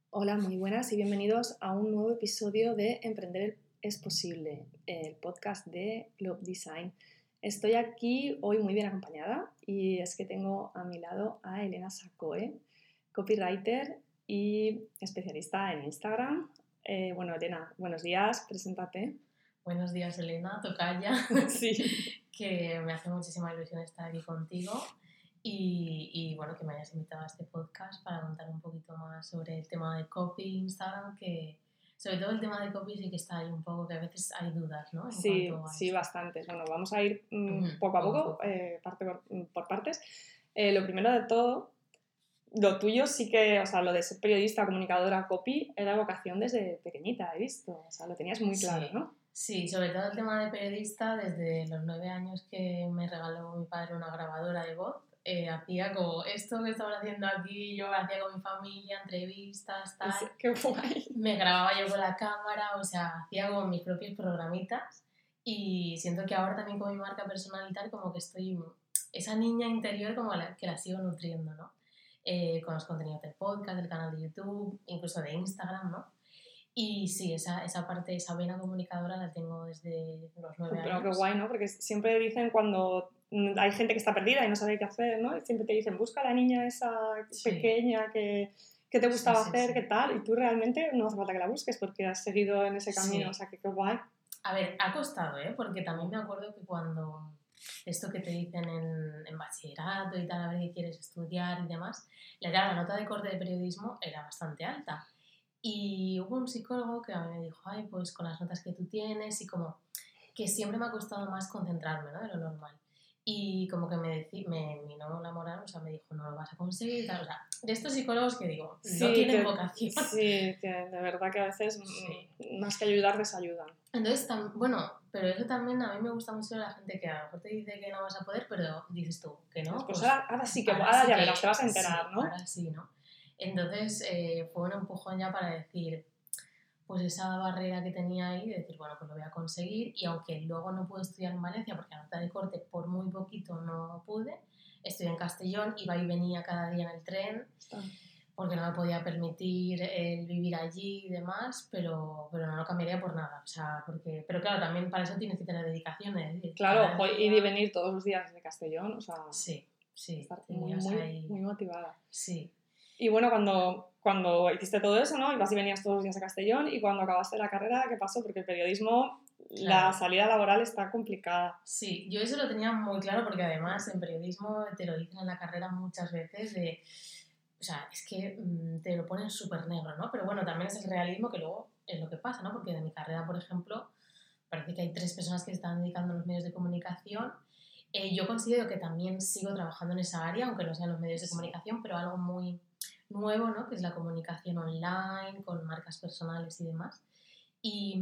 Hola, muy buenas y bienvenidos a un nuevo episodio de Emprender es posible, el podcast de Globe Design. Estoy aquí hoy muy bien acompañada y es que tengo a mi lado a Elena Sacoe, copywriter y especialista en Instagram. Bueno, Elena, buenos días, preséntate. Buenos días, Elena, tocaya, Sí. que me hace muchísima ilusión estar aquí contigo y bueno, que me hayas invitado a este podcast para contar un poquito más sobre el tema de copy Instagram, que sobre todo el tema de copy sí que está ahí un poco, que a veces hay dudas, ¿no? En Sí, cuanto a sí, esto. bastantes. Bueno, vamos a ir poco a Poco a poco, poco. parte por partes. Lo primero de todo, lo tuyo sí que, o sea, lo de ser periodista, comunicadora, copy, era vocación desde pequeñita, he visto. O sea, lo tenías muy claro, Sí, ¿no? sí, sobre todo el tema de periodista, desde los 9 años que me regaló mi padre una grabadora de voz, hacía como esto que estaban haciendo aquí, yo hacía con mi familia, entrevistas, tal. Qué guay. Me grababa yo con la cámara, o sea, hacía como mis propios programitas y siento que ahora también con mi marca personal y tal, como que estoy, esa niña interior como que la sigo nutriendo, ¿no? Con los contenidos del podcast, del canal de YouTube, incluso de Instagram, ¿no? Y sí, esa parte, esa vena comunicadora la tengo desde los 9 Pero qué años. guay, ¿no? Porque siempre dicen cuando hay gente que está perdida y no sabe qué hacer, ¿no? Y siempre te dicen, busca a la niña esa Sí, pequeña que te sí, gustaba sí, hacer, qué sí. tal, y tú realmente no hace falta que la busques porque has seguido en ese camino, o Sí. sea, que qué guay. A ver, ha costado, ¿eh? Porque también me acuerdo que cuando esto que te dicen en bachillerato y tal, a ver qué quieres estudiar y demás, la nota de corte de periodismo era bastante alta. Y hubo un psicólogo que a mí me dijo, ay, pues con las notas que tú tienes y como que siempre me ha costado más concentrarme, ¿no? De lo normal. Y como que mi no laboral, o sea, me dijo, no lo vas a conseguir y tal. O sea, de estos psicólogos que digo, no Sí, tienen vocación. sí, que de verdad que a veces Sí. más que ayudar desayudan. Entonces, bueno, pero eso también a mí me gusta mucho de la gente que a lo mejor te dice que no vas a poder, pero dices tú que no, Pues pues ahora sí que, ahora ahora sí ya verás, te que vas a enterar, sí, ¿no? ahora sí, ¿no? Entonces fue un empujón ya para decir, pues esa barrera que tenía ahí, de decir, bueno, pues lo voy a conseguir y aunque luego no pude estudiar en Valencia porque la nota de corte por muy poquito no pude, estudié en Castellón, iba y venía cada día en el tren Está. porque no me podía permitir el vivir allí y demás, pero no lo cambiaría por nada. O sea, porque, pero claro, también para eso tienes que tener dedicación, es decir, Claro, cada ir y día... venir todos los días de Castellón, o sea, Sí, sí, estar muy, tenías muy, ahí... muy motivada. Sí. Y bueno, cuando hiciste todo eso, ¿no? Ibas y venías todos los días a Castellón y cuando acabaste la carrera, ¿qué pasó? Porque el periodismo, la Claro. salida laboral está complicada. Sí, yo eso lo tenía muy claro porque además en periodismo te lo dicen en la carrera muchas veces de... O sea, es que te lo ponen súper negro, ¿no? Pero bueno, también es el realismo que luego es lo que pasa, ¿no? Porque de mi carrera, por ejemplo, parece que hay 3 personas que se están dedicando a los medios de comunicación. Yo considero que también sigo trabajando en esa área, aunque no sean los medios de comunicación, pero algo muy nuevo, ¿no? Que es la comunicación online, con marcas personales y demás. Y,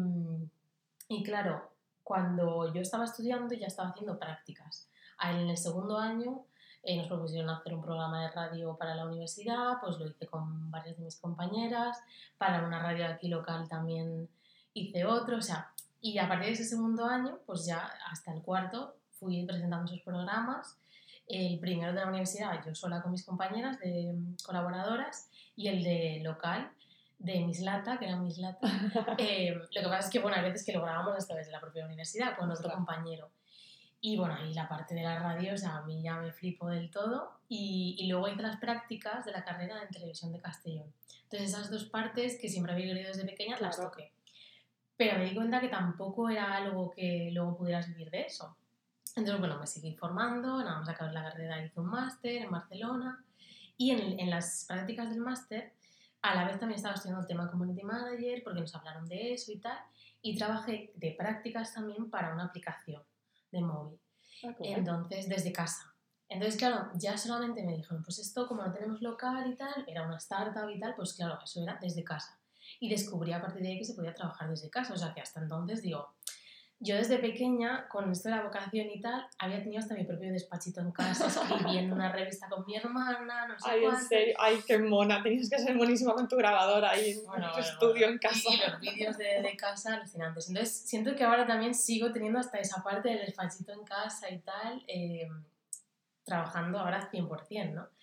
y claro, cuando yo estaba estudiando ya estaba haciendo prácticas. En el segundo año nos propusieron hacer un programa de radio para la universidad, pues lo hice con varias de mis compañeras, para una radio aquí local también hice otro, o sea, y a partir de ese segundo año, pues ya hasta el cuarto fui presentando esos programas. El primero de la universidad yo sola con mis compañeras de colaboradoras y el de local de Mislata, que era Mislata. Lo que pasa es que, bueno, hay veces que lo grabamos hasta desde la propia universidad con otro compañero. Y bueno, y la parte de la radio, o sea, a mí ya me flipo del todo. Y luego hice las prácticas de la carrera en televisión de Castellón. Entonces, esas dos partes que siempre había querido desde pequeña, las toqué. Pero me di cuenta que tampoco era algo que luego pudieras vivir de eso. Entonces, bueno, me seguí formando, nada más acabar la carrera hice un máster en Barcelona y en las prácticas del máster a la vez también estaba estudiando el tema Community Manager porque nos hablaron de eso y tal y trabajé de prácticas también para una aplicación de móvil. Entonces, desde casa. Entonces, claro, ya solamente me dijeron, pues esto como no tenemos local y tal, era una startup y tal, pues claro, eso era desde casa. Y descubrí a partir de ahí que se podía trabajar desde casa, o sea que hasta entonces digo, yo desde pequeña, con esto de la vocación y tal, había tenido hasta mi propio despachito en casa, escribiendo una revista con mi hermana, no sé Ay, en cuánto. serio, ay, qué mona, tenías que ser monísima con tu grabadora ahí en tu estudio en casa. Y los vídeos de casa alucinantes. Entonces, siento que ahora también sigo teniendo hasta esa parte del despachito en casa y tal, trabajando ahora 100%, ¿no?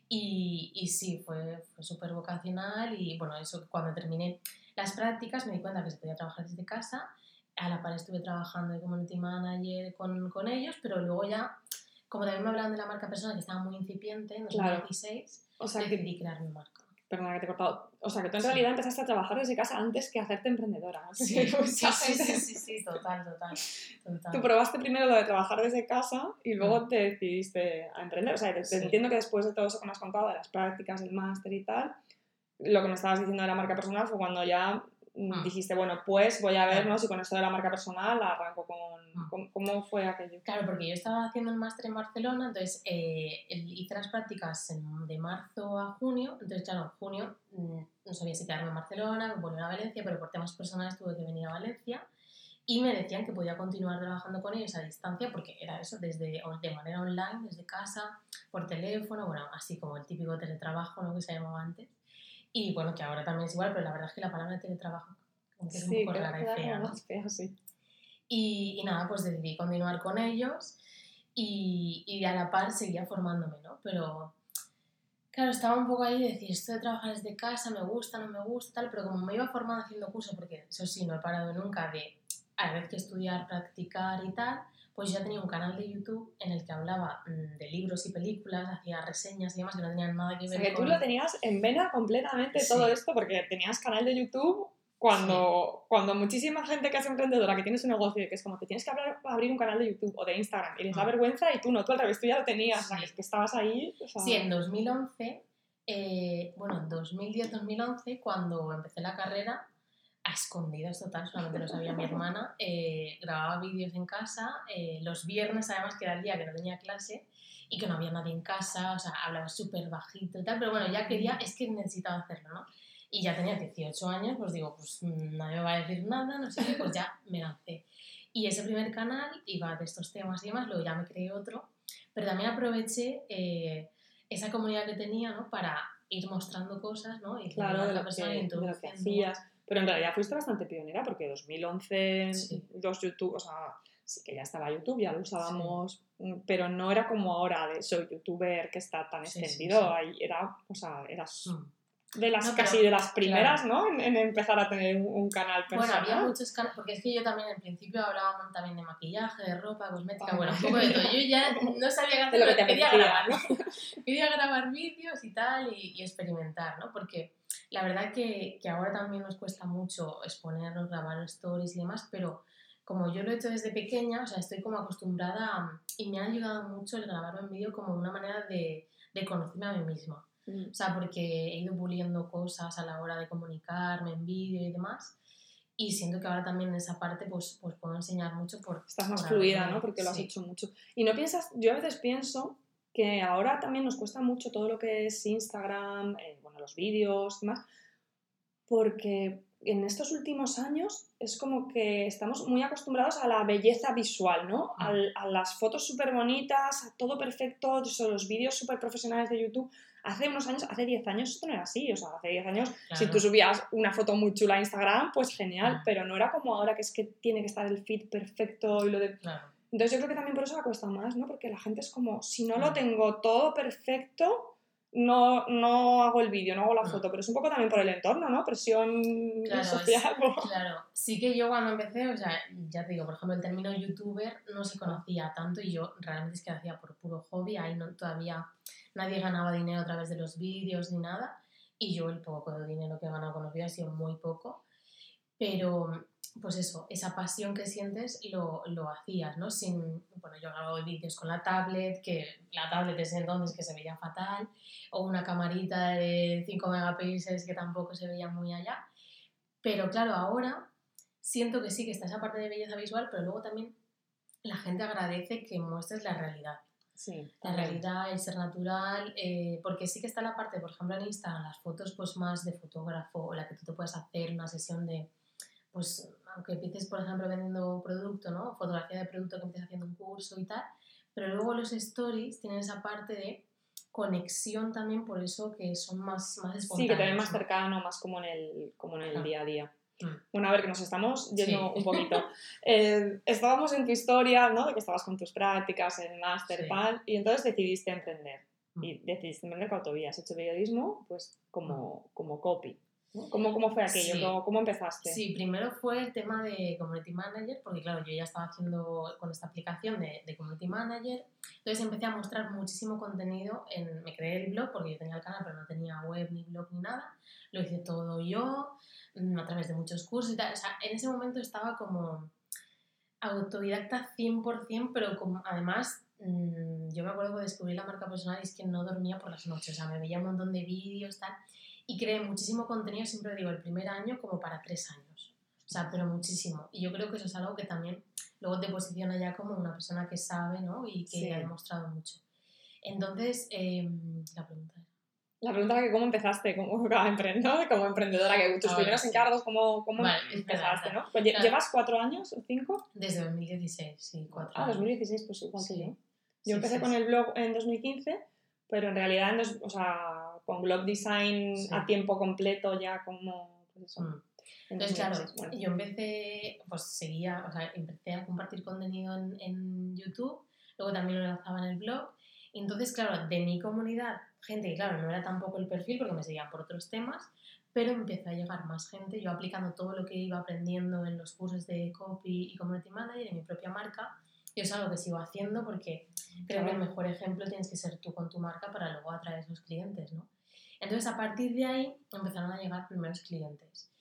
Y sí, fue súper vocacional y bueno, eso cuando terminé las prácticas me di cuenta que se podía trabajar desde casa, a la par estuve trabajando de community manager con ellos, pero luego ya, como también me hablaban de la marca personal que estaba muy incipiente en Claro. 2016, O sea, decidí crear mi marca. Perdona que te he cortado. O sea, que tú en Sí. realidad empezaste a trabajar desde casa antes que hacerte emprendedora, ¿no? Sí, Porque mucha sí, gente- total. Tú probaste primero lo de trabajar desde casa y luego Mm. te decidiste a emprender. O sea, te Sí. entiendo que después de todo eso que me has contado, de las prácticas, el máster y tal, lo que me estabas diciendo de la marca personal fue cuando ya dijiste, bueno, pues voy a ver, Claro. ¿no? Si con esto de la marca personal arranco con... ¿Cómo fue aquello? Claro, porque yo estaba haciendo el máster en Barcelona, entonces hice las prácticas de marzo a junio, entonces claro, en junio no sabía si quedarme en Barcelona, me volví a Valencia, pero por temas personales tuve que venir a Valencia y me decían que podía continuar trabajando con ellos a distancia porque era eso, de manera online, desde casa, por teléfono, bueno, así como el típico teletrabajo, ¿no? Que se llamaba antes. Y bueno, que ahora también es igual, pero la verdad es que la palabra teletrabajo como que es un poco rara y fea, como ¿no? más fea, sí. Y nada, pues decidí continuar con ellos y a la par seguía formándome, ¿no? Pero claro, estaba un poco ahí de decir, esto de trabajar desde casa me gusta, no me gusta, tal, pero como me iba formando haciendo curso, porque eso sí, no he parado nunca de a la vez que estudiar, practicar y tal, pues ya tenía un canal de YouTube en el que hablaba de libros y películas, hacía reseñas y demás que no tenían nada que O ver sea, que tú con... lo tenías en vena completamente todo Sí. esto porque tenías canal de YouTube cuando muchísima gente que es emprendedora, que tienes un negocio, que es como te tienes que abrir un canal de YouTube o de Instagram y les da vergüenza y tú no, tú al revés, tú ya lo tenías, o sea, que es que estabas ahí. O sea... Sí, en 2011, bueno, en 2010-2011, cuando empecé la carrera, a escondidas total, solamente lo sabía mi hermana, grababa vídeos en casa, los viernes además, que era el día que no tenía clase y que no había nadie en casa, o sea, hablaba súper bajito y tal, pero bueno, ya quería, es que necesitaba hacerlo, ¿no? Y ya tenía 18 años, pues digo, pues nadie me va a decir nada, no sé qué, pues ya me lancé. Y ese primer canal iba de estos temas y demás, luego ya me creé otro, pero también aproveché esa comunidad que tenía, ¿no? Para ir mostrando cosas, ¿no? Y claro, de lo que hacías. Pero en realidad fuiste bastante pionera porque 2011 sí. los YouTube, o sea, sí que ya estaba YouTube, ya lo usábamos, sí. Pero no era como ahora de soy youtuber que está tan extendido. Ahí era, o sea, eras de las casi de las primeras, claro, ¿no? En empezar a tener un canal personal. Bueno, había muchos canales, porque es que yo también al principio hablaba también de maquillaje, de ropa, cosmética, bueno, un poco de todo. Yo ya no sabía qué hacer, pero quería grabar, ¿no? Quería grabar vídeos y tal y experimentar, ¿no? Porque la verdad que ahora también nos cuesta mucho exponernos, grabar stories y demás, pero como yo lo he hecho desde pequeña, o sea, estoy como acostumbrada y me ha ayudado mucho el grabarlo en vídeo como una manera de conocerme a mí misma. O sea, porque he ido puliendo cosas a la hora de comunicarme en vídeo y demás. Y siento que ahora también en esa parte pues puedo enseñar mucho por... Estás más fluida, ¿no? Porque lo has hecho mucho. Y no piensas, yo a veces pienso que ahora también nos cuesta mucho todo lo que es Instagram, bueno, los vídeos y demás, porque en estos últimos años es como que estamos muy acostumbrados a la belleza visual, ¿no? A las fotos súper bonitas, a todo perfecto, los vídeos súper profesionales de YouTube. Hace unos años, hace 10 años esto no era así, o sea, hace 10 años claro, si tú subías una foto muy chula a Instagram, pues genial, pero no era como ahora que es que tiene que estar el feed perfecto y lo de... Claro. Entonces yo creo que también por eso me cuesta más, ¿no? Porque la gente es como, si no lo tengo todo perfecto... No hago el vídeo, no hago la foto, pero es un poco también por el entorno, ¿no? Presión social. Claro, sí que yo cuando empecé, o sea, ya te digo, por ejemplo, el término youtuber no se conocía tanto y yo realmente es que hacía por puro hobby, ahí no, todavía nadie ganaba dinero a través de los vídeos ni nada y yo el poco de dinero que he ganado con los vídeos ha sido muy poco, pero pues eso, esa pasión que sientes lo hacías, ¿no? Bueno, yo grababa vídeos con la tablet, que la tablet desde entonces que se veía fatal, o una camarita de 5 megapíxeles que tampoco se veía muy allá, pero claro, ahora siento que sí, que está esa parte de belleza visual, pero luego también la gente agradece que muestres la realidad. Sí, la realidad, el ser natural, porque sí que está la parte, por ejemplo en Instagram, las fotos pues más de fotógrafo, o la que tú te puedes hacer una sesión de, pues aunque empieces por ejemplo vendiendo producto, ¿no? Fotografía de producto que empieces haciendo un curso y tal, pero luego los stories tienen esa parte de conexión también, por eso que son más espontáneos. Sí, que te ven más cercano, más como en el día a día. Bueno, a ver, que nos estamos yendo un poquito. Estábamos en tu historia, ¿no? De que estabas con tus prácticas, el máster, tal, y entonces decidiste emprender. y decidiste emprender con autovía. Has hecho periodismo pues como copy, ¿no? ¿Cómo fue aquello? Sí. ¿Cómo empezaste? Sí, primero fue el tema de Community Manager, porque claro, yo ya estaba haciendo con esta aplicación de Community Manager, entonces empecé a mostrar muchísimo contenido, me creé el blog, porque yo tenía el canal, pero no tenía web, ni blog, ni nada, lo hice todo yo, a través de muchos cursos y tal, o sea, en ese momento estaba como autodidacta 100%, pero como, además, yo me acuerdo que descubrí la marca personal y es que no dormía por las noches, o sea, me veía un montón de vídeos, tal, y creé muchísimo contenido, siempre digo, el primer año como para 3 años, o sea, pero muchísimo, y yo creo que eso es algo que también luego te posiciona ya como una persona que sabe, ¿no? Y que ha demostrado mucho. Entonces, la pregunta era... La pregunta era que cómo empezaste como emprendedora, que tus primeros encargos, ¿cómo empezaste, ¿no? Pues claro. ¿Llevas 4 años o 5? Desde 2016, sí, 4 años. 2016, pues igual que yo. Yo empecé con el blog en 2015, pero en realidad con blog design a tiempo completo ya como... Pues eso, entonces, claro, yo empecé, pues empecé a compartir contenido en YouTube, luego también lo lanzaba en el blog. Y entonces, claro, de mi comunidad, gente que, claro, no era tampoco el perfil porque me seguían por otros temas, pero empezó a llegar más gente, yo aplicando todo lo que iba aprendiendo en los cursos de copy y community manager en mi propia marca, y es algo que sigo haciendo porque creo que el mejor ejemplo tienes que ser tú con tu marca para luego atraer a esos clientes, ¿no? Entonces, a partir de ahí empezaron a llegar primeros clientes.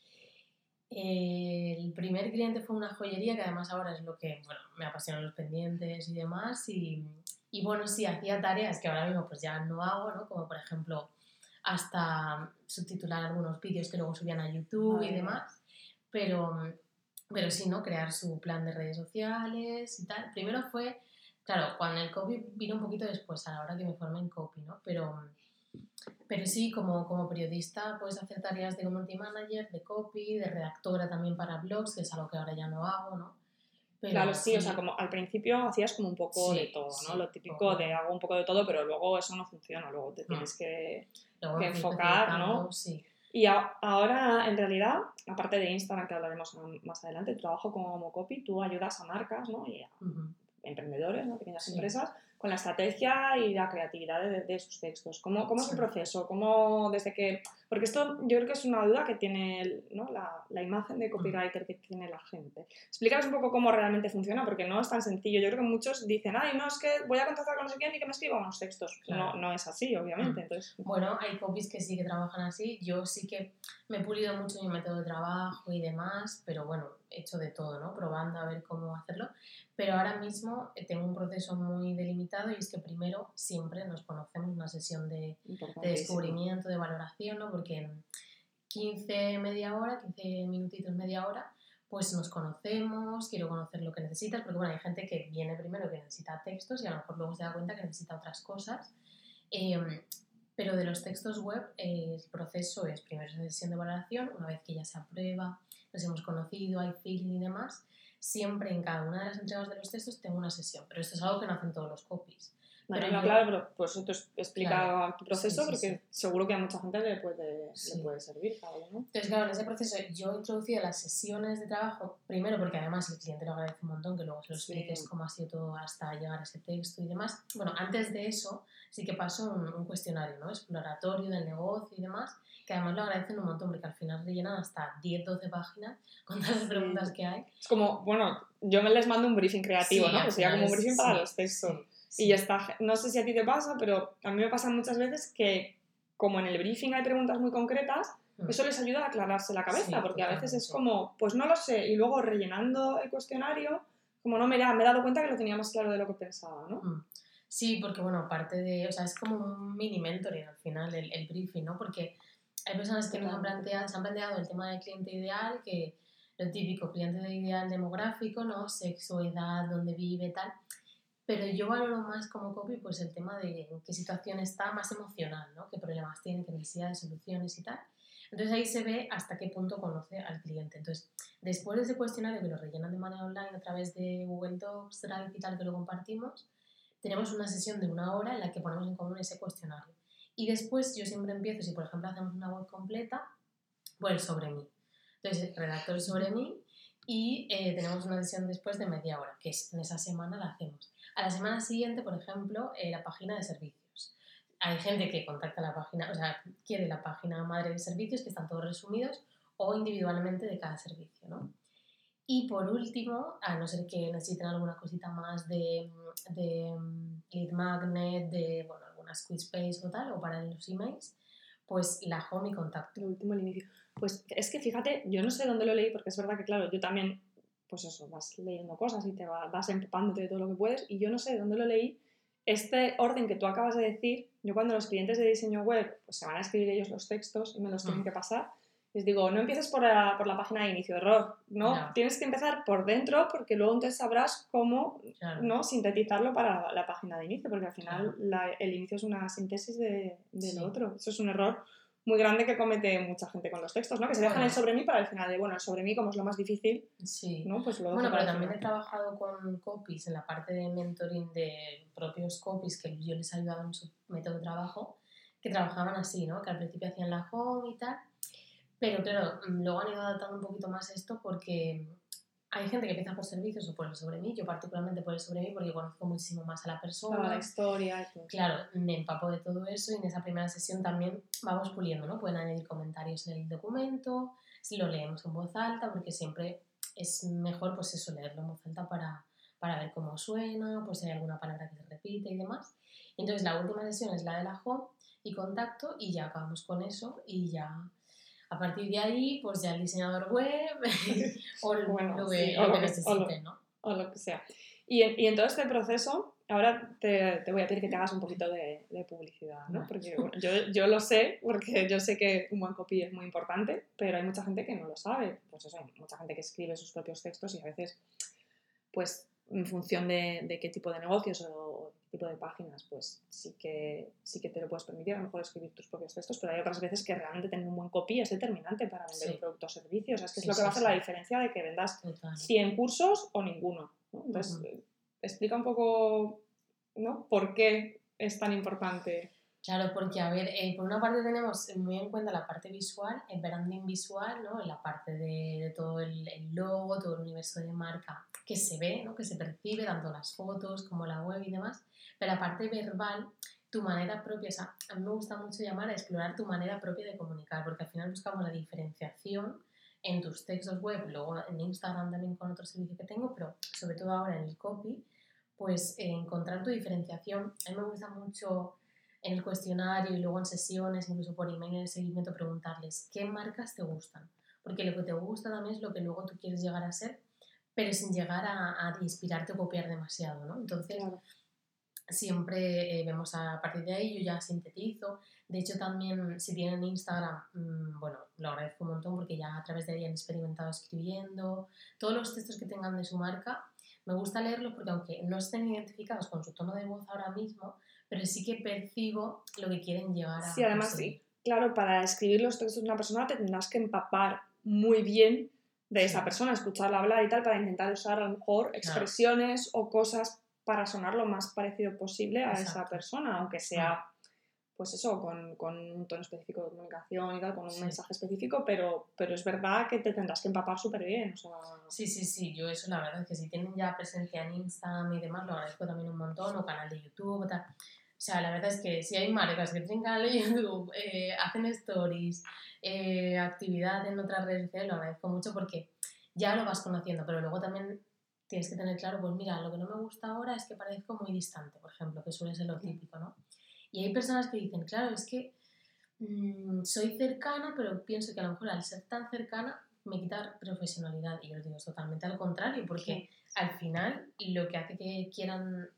El primer cliente fue una joyería que además ahora es lo que, bueno, me apasionan los pendientes y demás y bueno, sí, hacía tareas que ahora mismo pues ya no hago, ¿no? Como por ejemplo hasta subtitular algunos vídeos que luego subían a YouTube y demás, pero sí, ¿no? Crear su plan de redes sociales y tal. Primero fue, claro, cuando el copy vino un poquito después, a la hora que me formé en copy, ¿no? Pero sí, como periodista puedes hacer tareas de community manager, de copy, de redactora también para blogs, que es algo que ahora ya no hago, ¿no? Pero claro, sí, o sea, como al principio hacías como un poco de todo, ¿no? Lo típico de hago un poco de todo, pero luego eso no funciona, luego te tienes que enfocar, ¿no? Sí. Y ahora, en realidad, aparte de Instagram, que hablaremos más adelante, tu trabajo como copy, tú ayudas a marcas, ¿no? Y a emprendedores, ¿no? Pequeñas empresas, con la estrategia y la creatividad de sus textos. ¿Cómo es el proceso? Porque esto yo creo que es una duda que tiene, ¿no? la imagen de copywriter que tiene la gente. Explícanos un poco cómo realmente funciona, porque no es tan sencillo. Yo creo que muchos dicen, ay, no, es que voy a contactar con no sé quién y que me escriba unos textos. Claro. No es así, obviamente. Entonces... Bueno, hay copies que sí que trabajan así. Yo sí que me he pulido mucho mi método de trabajo y demás, pero bueno, he hecho de todo, ¿no? Probando a ver cómo hacerlo. Pero ahora mismo tengo un proceso muy delimitado y es que primero siempre nos conocemos, una sesión de descubrimiento, de valoración, ¿no? Porque en 15 minutitos, media hora, pues nos conocemos, quiero conocer lo que necesitas, porque bueno, hay gente que viene primero que necesita textos y a lo mejor luego se da cuenta que necesita otras cosas. Pero de los textos web el proceso es primero esa sesión de valoración, una vez que ya se aprueba, nos hemos conocido, hay feeling y demás, siempre en cada una de las entregas de los textos tengo una sesión, pero esto es algo que no hacen todos los copies. Claro, pero por eso te explica tu proceso, porque seguro que a mucha gente le puede servir, claro, ¿no? Entonces, claro, en ese proceso yo he introducido las sesiones de trabajo, primero porque además el cliente lo agradece un montón, que luego se lo expliques cómo ha sido todo hasta llegar a ese texto y demás. Bueno, antes de eso sí que pasó un cuestionario, ¿no? Exploratorio del negocio y demás, que además lo agradecen un montón, porque al final rellenan hasta 10-12 páginas con todas las preguntas que hay. Es como, bueno, yo les mando un briefing creativo, ¿no? Que sería como un briefing para los textos. Sí. Y ya está, no sé si a ti te pasa, pero a mí me pasa muchas veces que como en el briefing hay preguntas muy concretas, eso les ayuda a aclararse la cabeza, porque a veces es como, pues no lo sé, y luego rellenando el cuestionario, como no me he dado cuenta que lo tenía más claro de lo que pensaba, ¿no? Sí, porque bueno, aparte de, o sea, es como un mini mentoring al final el briefing, ¿no? Porque hay personas que se han planteado el tema del cliente ideal, que lo típico, cliente ideal demográfico, ¿no? Sexo, edad, dónde vive, tal. Pero yo valoro más como copy pues el tema de en qué situación está, más emocional, ¿no? Qué problemas tiene, qué necesidades, soluciones y tal. Entonces ahí se ve hasta qué punto conoce al cliente. Entonces, después de ese cuestionario que lo rellenan de manera online a través de Google Docs, Drive y tal, que lo compartimos, tenemos una sesión de 1 hora en la que ponemos en común ese cuestionario. Y después yo siempre empiezo, si por ejemplo hacemos una web completa, pues sobre mí. Entonces, redactor sobre mí y tenemos una sesión después de media hora, que es en esa semana la hacemos. A la semana siguiente, por ejemplo, la página de servicios. hay gente que contacta la página, o sea, quiere la página madre de servicios, que están todos resumidos, o individualmente de cada servicio, ¿no? Y por último, a no ser que necesiten alguna cosita más de lead magnet, de bueno, alguna squeeze space o tal, o para los emails, pues la home y contacto. Lo último, el inicio. Pues es que fíjate, yo no sé dónde lo leí, porque es verdad que, claro, yo también, pues eso, vas leyendo cosas y te vas empapándote de todo lo que puedes, y yo no sé de dónde lo leí. Este orden que tú acabas de decir, yo cuando los clientes de diseño web pues se van a escribir ellos los textos y me los tienen que pasar, les digo, no empieces por la página de inicio, error, ¿no? Claro. Tienes que empezar por dentro porque luego entonces sabrás cómo, Claro. ¿no? Sintetizarlo para la página de inicio, porque al final Claro. el inicio es una síntesis de Sí. lo otro. Eso es un error muy grande que comete mucha gente con los textos, ¿no? Que se dejan el sobre mí para el final de, bueno, el sobre mí como es lo más difícil, sí. ¿no? Pues lo bueno, pero también he trabajado con copies en la parte de mentoring de propios copies que yo les he ayudado en su método de trabajo, que trabajaban así, ¿no? Que al principio hacían la home y tal, pero claro, luego han ido adaptando un poquito más esto porque hay gente que empieza por servicios o por el sobre mí, yo particularmente por el sobre mí porque conozco muchísimo más a la persona. La historia y todo. Claro, me empapo de todo eso y en esa primera sesión también vamos puliendo, ¿no? Pueden añadir comentarios en el documento, si lo leemos en voz alta, porque siempre es mejor pues eso, leerlo en voz alta para ver cómo suena, pues si hay alguna palabra que se repite y demás. Entonces la última sesión es la de la home y contacto y ya acabamos con eso y ya a partir de ahí pues ya el diseñador web o lo que necesiten, ¿no? O lo que sea. Y en todo este proceso, ahora te voy a pedir que te hagas un poquito de publicidad, ¿no? Porque bueno, yo lo sé, porque yo sé que un buen copy es muy importante, pero hay mucha gente que no lo sabe. Pues eso, hay mucha gente que escribe sus propios textos y a veces, pues en función de qué tipo de negocios o qué tipo de páginas, pues sí que te lo puedes permitir a lo mejor escribir tus propios textos, pero hay otras veces que realmente tener un buen copy es determinante para vender un producto o servicio. O sea, es que es lo que va a hacer la diferencia de que vendas 100 cursos o ninguno, ¿no? Entonces, explica un poco, ¿no? ¿Por qué es tan importante? Claro, porque, a ver, por una parte tenemos muy en cuenta la parte visual, el branding visual, ¿no? La parte de todo el logo, todo el universo de marca que se ve, ¿no? Que se percibe, tanto las fotos como la web y demás, pero la parte verbal, tu manera propia, o sea, a mí me gusta mucho llamar a explorar tu manera propia de comunicar, porque al final buscamos la diferenciación en tus textos web, luego en Instagram también con otro servicio que tengo, pero sobre todo ahora en el copy, pues encontrar tu diferenciación. A mí me gusta mucho en el cuestionario y luego en sesiones, incluso por email en el seguimiento, preguntarles qué marcas te gustan. Porque lo que te gusta también es lo que luego tú quieres llegar a ser, pero sin llegar a inspirarte o copiar demasiado, ¿no? Entonces, siempre vemos a partir de ahí, yo ya sintetizo. De hecho, también si tienen Instagram, bueno, lo agradezco un montón porque ya a través de ahí han experimentado escribiendo. Todos los textos que tengan de su marca, me gusta leerlos porque aunque no estén identificados con su tono de voz ahora mismo, pero sí que percibo lo que quieren llegar a además, conseguir. Claro, para escribir los textos de una persona te tendrás que empapar muy bien de esa persona, escucharla hablar y tal, para intentar usar a lo mejor expresiones o cosas para sonar lo más parecido posible a esa persona, aunque sea, pues eso, con un tono específico de comunicación y tal, con un mensaje específico, pero es verdad que te tendrás que empapar súper bien. O sea... Sí, yo eso la verdad es que si tienen ya presencia en Instagram y demás, lo agradezco también un montón, o canal de YouTube, tal. O sea, la verdad es que si hay marcas que tienen canal de YouTube, hacen stories, actividad en otras redes sociales, lo agradezco mucho porque ya lo vas conociendo, pero luego también tienes que tener claro, pues mira, lo que no me gusta ahora es que parezco muy distante, por ejemplo, que suele ser lo típico, ¿no? Y hay personas que dicen, claro, es que soy cercana, pero pienso que a lo mejor al ser tan cercana me quita profesionalidad. Y yo os digo, es totalmente al contrario, porque al final lo que hace que quieran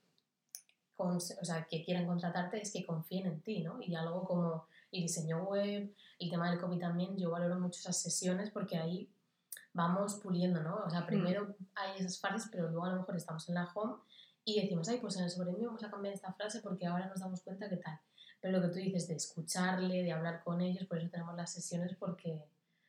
contratarte es que confíen en ti, ¿no? Y algo como el diseño web, el tema del copy también, yo valoro mucho esas sesiones porque ahí vamos puliendo, ¿no? O sea, primero hay esas fases, pero luego a lo mejor estamos en la home y decimos, ay, pues en el sobre mí vamos a cambiar esta frase porque ahora nos damos cuenta que tal. Pero lo que tú dices de escucharle, de hablar con ellos, por eso tenemos las sesiones porque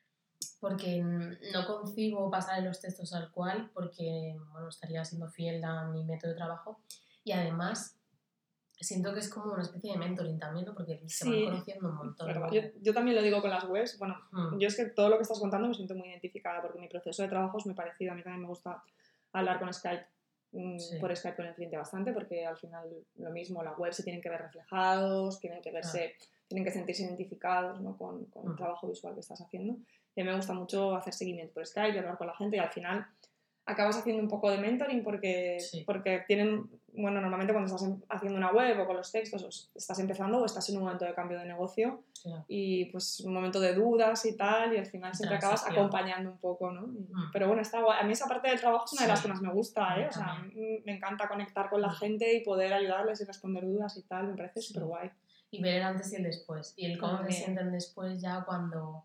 no concibo pasar los textos al cual porque, bueno, estaría siendo fiel a mi método de trabajo y además siento que es como una especie de mentoring también, ¿no? Porque se van conociendo un montón. Yo también lo digo con las webs. Bueno, yo es que todo lo que estás contando me siento muy identificada porque mi proceso de trabajo es muy parecido. A mí también me gusta hablar con Skype Sí. por Skype con el cliente bastante, porque al final lo mismo, la web se tienen que ver reflejados, tienen que verse, tienen que sentirse identificados, ¿no? con el trabajo visual que estás haciendo. Y a mí me gusta mucho hacer seguimiento por Skype y hablar con la gente, y al final acabas haciendo un poco de mentoring porque tienen, bueno, normalmente cuando estás haciendo una web o con los textos, estás empezando o estás en un momento de cambio de negocio y pues un momento de dudas y tal, y al final siempre acabas acompañando un poco, ¿no? Pero bueno, está guay. A mí esa parte del trabajo es una de las que más me gusta, ¿eh? O sea, me encanta conectar con la gente y poder ayudarles y responder dudas y tal, me parece súper guay. Y ver el antes y el después, y el cómo se sienten después ya cuando,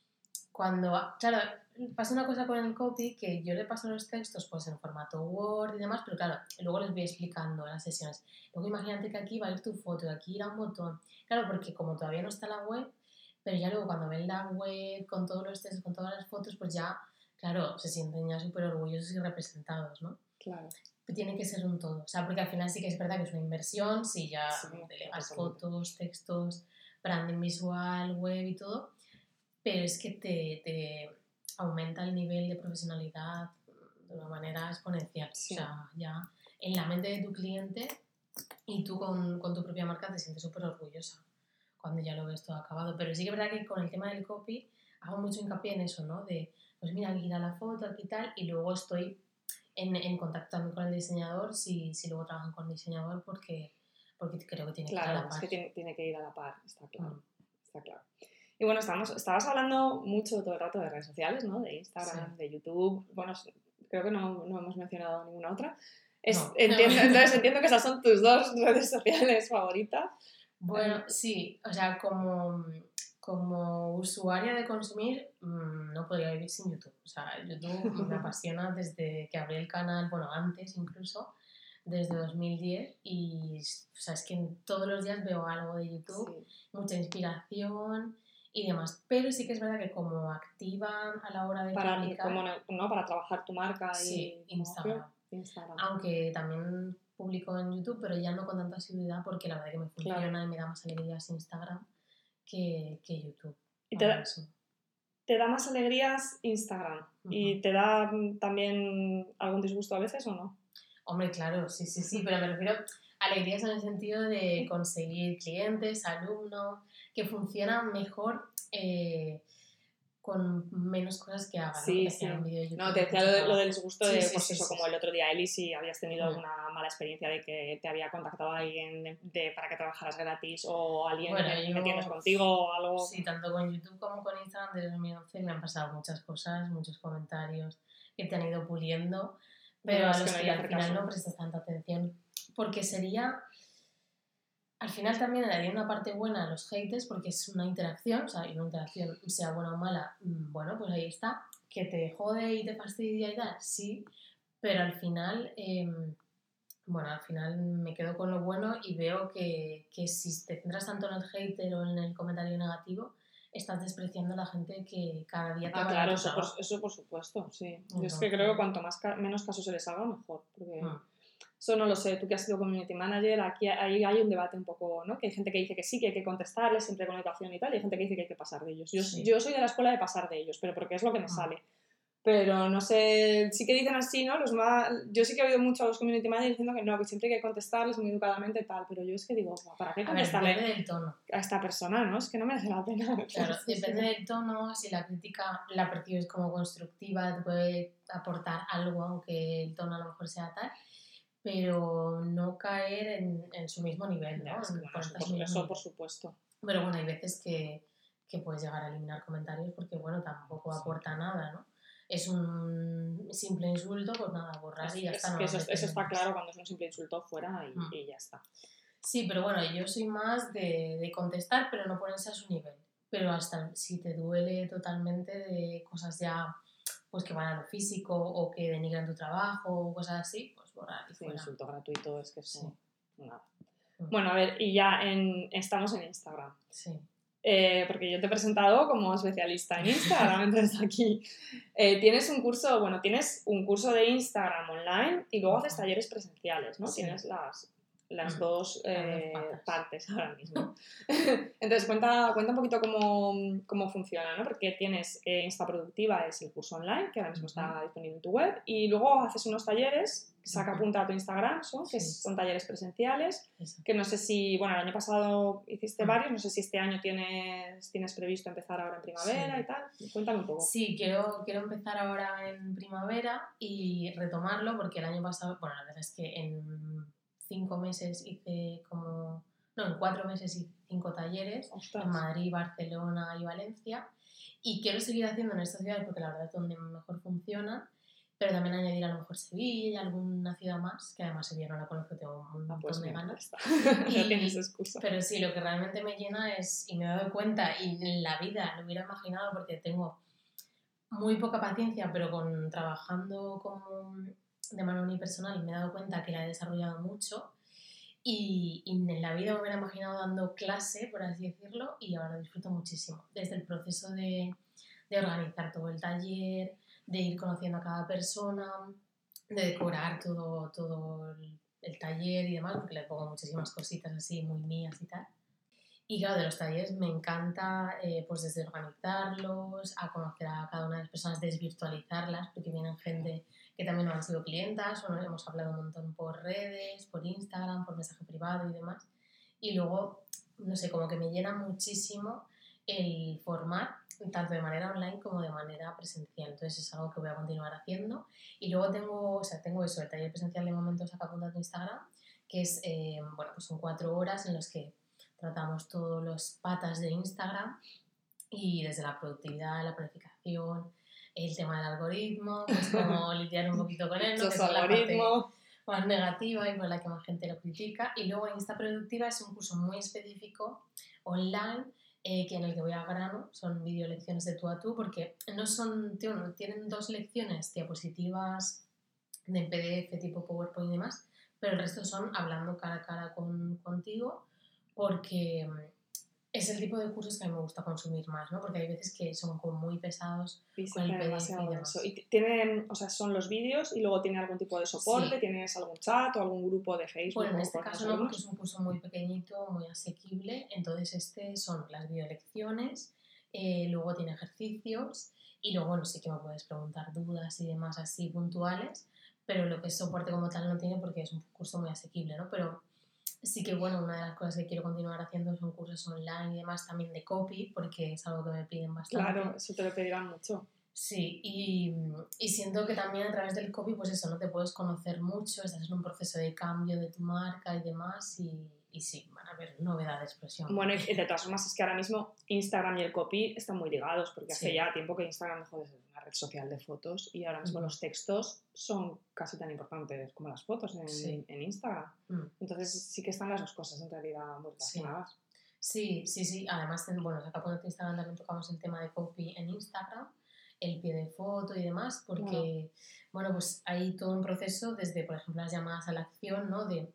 claro, pasa una cosa con el copy, que yo le paso los textos pues en formato Word y demás, pero claro, luego les voy explicando en las sesiones. Luego imagínate que aquí va a ir tu foto, y aquí irá un botón. Claro, porque como todavía no está la web, pero ya luego cuando ven la web con todos los textos, con todas las fotos, pues ya, claro, se sienten ya súper orgullosos y representados, ¿no? Claro. Tiene que ser un todo, o sea, porque al final sí que es verdad que es una inversión, si ya delegas fotos, textos, branding visual, web y todo, pero es que te aumenta el nivel de profesionalidad de una manera exponencial. Sí. O sea, ya en la mente de tu cliente y tú con tu propia marca te sientes súper orgullosa cuando ya lo ves todo acabado. Pero sí que es verdad que con el tema del copy hago mucho hincapié en eso, ¿no? De, pues mira, aquí da la foto, aquí tal, y luego estoy en contacto también con el diseñador si luego trabajan con el diseñador porque creo que tiene que ir a la par. Claro, es que tiene que ir a la par, está claro. Está claro. Y bueno, estabas hablando mucho todo el rato de redes sociales, ¿no? De Instagram, de YouTube. Bueno, creo que no hemos mencionado ninguna otra. Entonces entiendo que esas son tus dos redes sociales favoritas. Bueno, sí, o sea, como usuaria de consumir, no podría vivir sin YouTube. O sea, YouTube me apasiona desde que abrí el canal, bueno, antes incluso, desde 2010, y o sea, es que todos los días veo algo de YouTube, mucha inspiración y demás. Pero sí que es verdad que como activa a la hora de publicar... Para trabajar tu marca y Instagram. Aunque también publico en YouTube, pero ya no con tanta asiduidad porque la verdad que me funciona y me da más alegrías Instagram que YouTube. ¿Y te da más alegrías Instagram? ¿Y te da también algún disgusto a veces o no? Hombre, claro, sí, pero me refiero a alegrías en el sentido de conseguir clientes, alumnos, que funcionan mejor con menos cosas que hagan. Sí, ¿no? sí. Un vídeo de YouTube, no, te decía lo del disgusto de, pues eso, como el otro día, Eli, si habías tenido alguna mala experiencia de que te había contactado alguien para que trabajaras gratis o alguien metiéndose contigo o algo. Sí, tanto con YouTube como con Instagram desde 2011 me han pasado muchas cosas, muchos comentarios que te han ido puliendo, pero a los que al final no prestas tanta atención, porque sería... Al final también le daría una parte buena a los haters porque es una interacción, o sea, y una interacción, sea buena o mala, bueno, pues ahí está, que te jode y te fastidia y tal, sí, pero al final, al final me quedo con lo bueno y veo que si te centras tanto en el hater o en el comentario negativo, estás despreciando a la gente que cada día te va claro, eso por supuesto, sí. Yo es que creo que cuanto menos caso se les haga, mejor, porque... Eso no lo sé, tú que has sido community manager, ahí hay un debate un poco, ¿no? Que hay gente que dice que sí, que hay que contestarles siempre con educación y tal, y hay gente que dice que hay que pasar de ellos. Yo soy de la escuela de pasar de ellos, pero porque es lo que me sale. Pero no sé, sí que dicen así, ¿no? Yo sí que he oído mucho a los community managers diciendo que no, que siempre hay que contestarles muy educadamente y tal, pero yo es que digo, ¿para qué contestarle del tono a esta persona, no? Es que no merece la pena. Claro, depende del tono, si la crítica la percibes como constructiva, te puede aportar algo, aunque el tono a lo mejor sea tal, pero no caer en su mismo nivel, ¿no? Eso por supuesto. Pero bueno, hay veces que puedes llegar a eliminar comentarios porque, bueno, tampoco aporta nada, ¿no? Es un simple insulto, pues nada, borrar y ya está. Que eso está claro, cuando es un simple insulto fuera y ya está. Sí, pero bueno, yo soy más de contestar, pero no ponerse a su nivel. Pero hasta si te duele totalmente de cosas ya pues que van a lo físico o que denigran tu trabajo o cosas así, pues borrar y fuera. Insulto gratuito es que eso... Nada. Bueno, a ver, y ya estamos en Instagram. Sí. Porque yo te he presentado como especialista en Instagram, entonces aquí tienes un curso de Instagram online y luego haces talleres presenciales, ¿no? Sí. Tienes las dos patas. partes ahora mismo. Entonces, cuenta un poquito cómo funciona, ¿no? Porque tienes Instaproductiva, es el curso online, que ahora mismo está disponible en tu web, y luego haces unos talleres, saca punta a tu Instagram, que son talleres presenciales, que no sé si, bueno, el año pasado hiciste varios, no sé si este año tienes previsto empezar ahora en primavera y tal. Cuéntame un poco. Sí, quiero empezar ahora en primavera y retomarlo, porque el año pasado, bueno, la verdad es que en 5 meses hice como... No, en 4 meses hice 5 talleres. Ostras. En Madrid, Barcelona y Valencia. Y quiero seguir haciendo en estas ciudades porque la verdad es donde mejor funciona, pero también añadir a lo mejor Sevilla y alguna ciudad más, que además Sevilla no la conozco, tengo un montón de ganas. Ya tienes excusa. Pero sí, lo que realmente me llena es, y me he dado cuenta, y en la vida lo hubiera imaginado porque tengo muy poca paciencia, pero trabajando de manera unipersonal me he dado cuenta que la he desarrollado mucho. Y en la vida me hubiera imaginado dando clase, por así decirlo, y ahora lo disfruto muchísimo. Desde el proceso de organizar todo el taller, de ir conociendo a cada persona, de decorar todo el taller y demás, porque le pongo muchísimas cositas así muy mías y tal. Y claro, de los talleres me encanta pues desde organizarlos, a conocer a cada una de las personas, desvirtualizarlas, porque vienen gente que también no han sido clientas o nos hemos hablado un montón por redes, por Instagram, por mensaje privado y demás. Y luego, no sé, como que me llena muchísimo el formar, tanto de manera online como de manera presencial. Entonces es algo que voy a continuar haciendo. Y luego tengo eso, el taller presencial de momento saca apuntado en Instagram, que es, bueno, pues son 4 horas en los que tratamos todos los patas de Instagram y desde la productividad, la planificación, el tema del algoritmo, pues como lidiar un poquito con él, ¿no? Que es la parte más negativa y por la que más gente lo critica. Y luego en esta productiva es un curso muy específico online en el que voy a grano, son video lecciones de tú a tú, porque no son, tienen 2 lecciones, diapositivas de PDF tipo PowerPoint y demás, pero el resto son hablando cara a cara contigo, porque es el tipo de cursos que a mí me gusta consumir más, ¿no? Porque hay veces que son como muy pesados con el PDF y demás. Y tienen, o sea, son los vídeos y luego tiene algún tipo de soporte, ¿tienes algún chat o algún grupo de Facebook? Bueno, en este caso no, porque es un curso muy pequeñito, muy asequible, entonces son las videolecciones, luego tiene ejercicios y luego, bueno, sí que me puedes preguntar dudas y demás así puntuales, pero lo que es soporte como tal no tiene porque es un curso muy asequible, ¿no? Pero sí que, bueno, una de las cosas que quiero continuar haciendo son cursos online y demás también de copy, porque es algo que me piden bastante. Claro, eso te lo pedirán mucho. Sí, y siento que también a través del copy, pues eso, no te puedes conocer mucho, estás en un proceso de cambio de tu marca y demás, y sí, van a haber novedades de expresión. Bueno, y de todas formas es que ahora mismo Instagram y el copy están muy ligados, porque hace ya tiempo que Instagram dejó de ser una red social de fotos y ahora mismo los textos son casi tan importantes como las fotos en Instagram. Entonces sí que están las dos cosas en realidad muy relacionadas. Sí. Además, bueno, acá por Instagram también tocamos el tema de copy en Instagram, el pie de foto y demás, porque, bueno, pues hay todo un proceso desde, por ejemplo, las llamadas a la acción, ¿no? De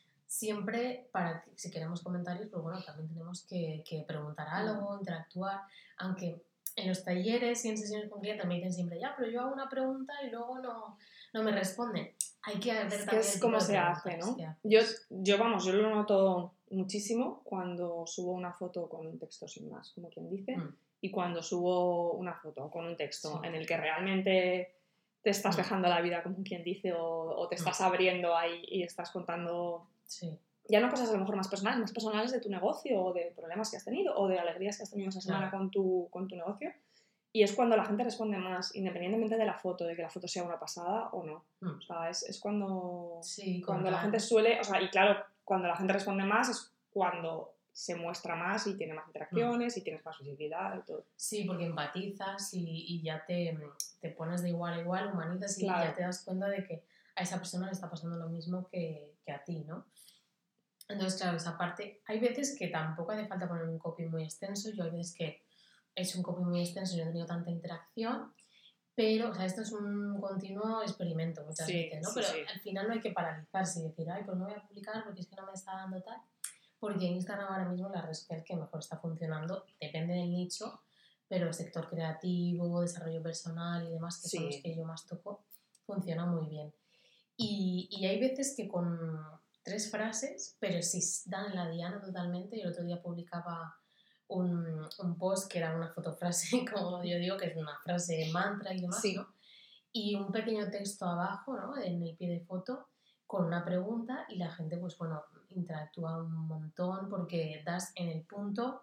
siempre, si queremos comentarios, pues bueno, también tenemos que preguntar algo, interactuar, aunque en los talleres y en sesiones con clientes me dicen siempre, ya, pero yo hago una pregunta y luego no me responden. Hay que ver también es como se hace, ¿no? Yo lo noto muchísimo cuando subo una foto con un texto sin más, como quien dice, y cuando subo una foto con un texto en el que realmente te estás dejando la vida, como quien dice, o te estás abriendo ahí y estás contando ya no cosas a lo mejor más personales de tu negocio o de problemas que has tenido o de alegrías que has tenido esa semana con tu negocio. Y es cuando la gente responde más, independientemente de la foto, de que la foto sea una pasada o no. O sea, es cuando la gente suele... O sea, y claro, cuando la gente responde más es cuando se muestra más y tiene más interacciones y tienes más visibilidad y todo. Sí, porque empatizas y ya te pones de igual a igual, humanizas y ya te das cuenta de que a esa persona le está pasando lo mismo que a ti, ¿no? Entonces, claro, esa parte... Hay veces que tampoco hace falta poner un copy muy extenso. Yo hay veces que he hecho un copy muy extenso y no he tenido tanta interacción, pero, o sea, esto es un continuo experimento muchas veces, ¿no? Pero al final no hay que paralizarse y decir, ay, pues no voy a publicar porque es que no me está dando tal. Porque Instagram ahora mismo la red social que mejor está funcionando, depende del nicho, pero el sector creativo, desarrollo personal y demás, que son los que yo más toco, funciona muy bien. Y hay veces que 3 frases, pero sí dan en la diana totalmente. Y el otro día publicaba un post que era una fotofrase, como yo digo, que es una frase mantra y demás, Sí. ¿no? Y un pequeño texto abajo, ¿no? En el pie de foto, con una pregunta y la gente, pues bueno, interactúa un montón porque das en el punto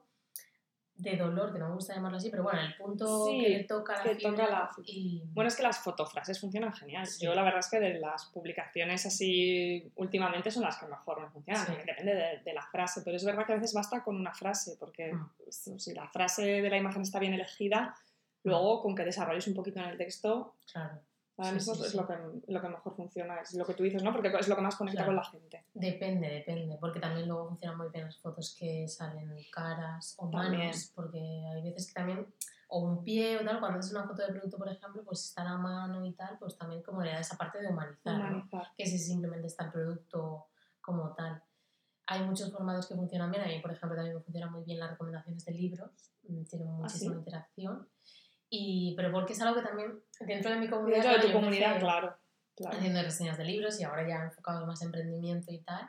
de dolor, que no me gusta llamarlo así, pero bueno, el punto que le Sí, toca la que toca fibra la... y... Bueno, es que las fotofrases funcionan genial. Sí. Yo la verdad es que de las publicaciones así últimamente son las que mejor me funcionan. Sí. También depende de la frase, pero es verdad que a veces basta con una frase, porque si la frase de la imagen está bien elegida, luego con que desarrolles un poquito en el texto, Claro. ahora Sí, mismo sí, es sí. lo que mejor funciona, es lo que tú dices, ¿no? Porque es lo que más conecta Claro. con la gente. Depende, porque también luego funcionan muy bien las fotos que salen caras o También. manos, porque hay veces que también, o un pie o tal, cuando es una foto de producto, por ejemplo, pues está la mano y tal, pues también como le da esa parte de humanizar, ¿no? Que si simplemente está el producto como tal. Hay muchos formatos que funcionan bien, a mí, por ejemplo, también me funcionan muy bien las recomendaciones de libros, tienen muchísima interacción, pero porque es algo que también dentro de mi comunidad... Dentro de tu comunidad, claro. Haciendo reseñas de libros y ahora ya enfocado más en emprendimiento y tal,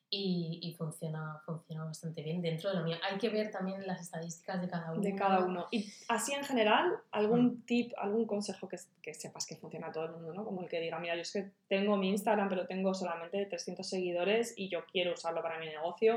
y funciona bastante bien dentro de lo mío. Hay que ver también las estadísticas de cada uno. De cada uno. Y así en general, algún tip, algún consejo que sepas que funciona a todo el mundo, ¿no? Como el que diga, mira, yo es que tengo mi Instagram, pero tengo solamente 300 seguidores y yo quiero usarlo para mi negocio.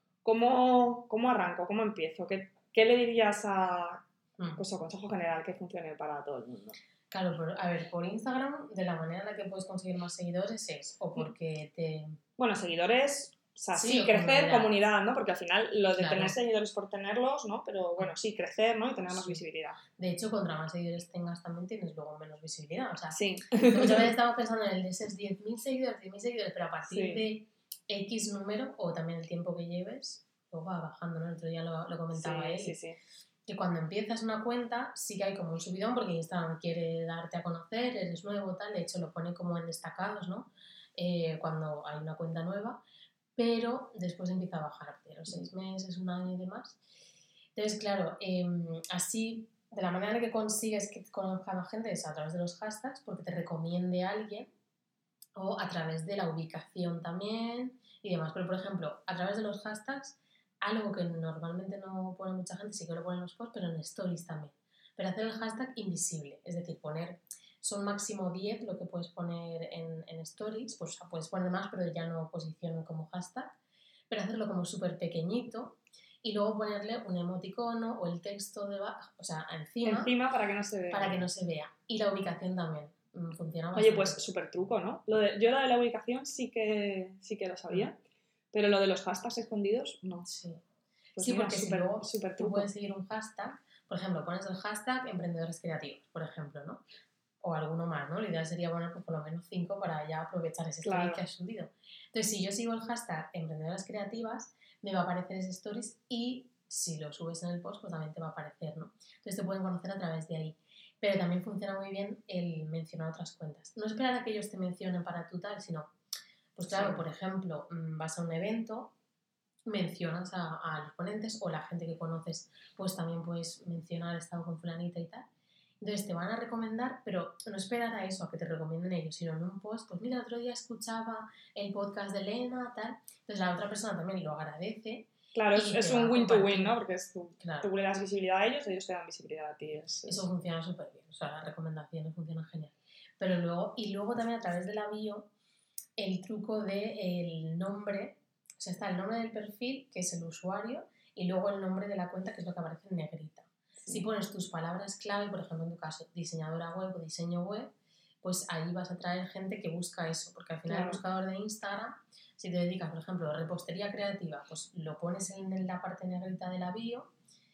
¿Cómo arranco? ¿Cómo empiezo? ¿Qué le dirías a consejo general que funcione para todo el mundo? Claro, a ver, por Instagram, de la manera en la que puedes conseguir más seguidores es o porque te... Bueno, seguidores, o sea, sí crecer, comunidad, ¿no? Porque al final lo de tener seguidores por tenerlos, ¿no? Pero bueno, sí, crecer, ¿no? Y tener más visibilidad. De hecho, contra más seguidores tengas también tienes luego menos visibilidad. O sea, sí. Muchas veces estamos pensando en el de esos 10.000 seguidores, pero a partir de X número, o también el tiempo que lleves, luego va bajando, ¿no? El otro día lo comentaba él. Sí. Que cuando empiezas una cuenta sí que hay como un subidón porque Instagram quiere darte a conocer, eres nuevo, tal, de hecho lo pone como en destacados, ¿no? Cuando hay una cuenta nueva, pero después empieza a bajar de los 6 meses, un año y demás. Entonces, claro, así, de la manera en que consigues que conozca a la gente es a través de los hashtags, porque te recomiende a alguien, o a través de la ubicación también y demás. Pero, por ejemplo, a través de los hashtags, algo que normalmente no pone mucha gente, sí que lo ponen los posts, pero en stories también. Pero hacer el hashtag invisible, es decir, son máximo 10 lo que puedes poner en stories, pues o sea, puedes poner más, pero ya no posicionan como hashtag, pero hacerlo como súper pequeñito y luego ponerle un emoticono o el texto debajo, o sea, encima para que no se vea. Para que no se vea. Y la ubicación también funciona bastante. Oye, pues súper truco, ¿no? Yo lo de la ubicación sí que lo sabía, pero lo de los hashtags escondidos, no. Sí, pues sí, porque si luego súper tú truco. puedes seguir un hashtag, por ejemplo, pones el hashtag emprendedores creativos, por ejemplo, ¿no? O alguno más, ¿no? Lo ideal sería poner pues, por lo menos 5 para ya aprovechar ese story que has subido. Entonces, si yo sigo el hashtag emprendedoras creativas, me va a aparecer ese stories y si lo subes en el post, pues también te va a aparecer, ¿no? Entonces te pueden conocer a través de ahí. Pero también funciona muy bien el mencionar otras cuentas. No esperar a que ellos te mencionen para tu tal, sino, pues claro, por ejemplo, vas a un evento, mencionas a los ponentes o la gente que conoces, pues también puedes mencionar, he estado con fulanita y tal. Entonces te van a recomendar, pero no esperar a eso, a que te recomienden ellos, sino en un post, pues mira, el otro día escuchaba el podcast de Elena, tal. Entonces la otra persona también lo agradece. Claro, es un win-to-win, ¿no? Porque tú le das visibilidad a ellos, ellos te dan visibilidad a ti. Eso funciona súper bien, o sea, las recomendaciones funcionan genial. Pero luego también a través de la bio, el truco del nombre, o sea, está el nombre del perfil, que es el usuario, y luego el nombre de la cuenta, que es lo que aparece en negrita. Sí. Si pones tus palabras clave, por ejemplo, en tu caso, diseñadora web o diseño web, pues ahí vas a traer gente que busca eso, porque al final el buscador de Instagram, si te dedicas, por ejemplo, a repostería creativa, pues lo pones en la parte negrita de la bio,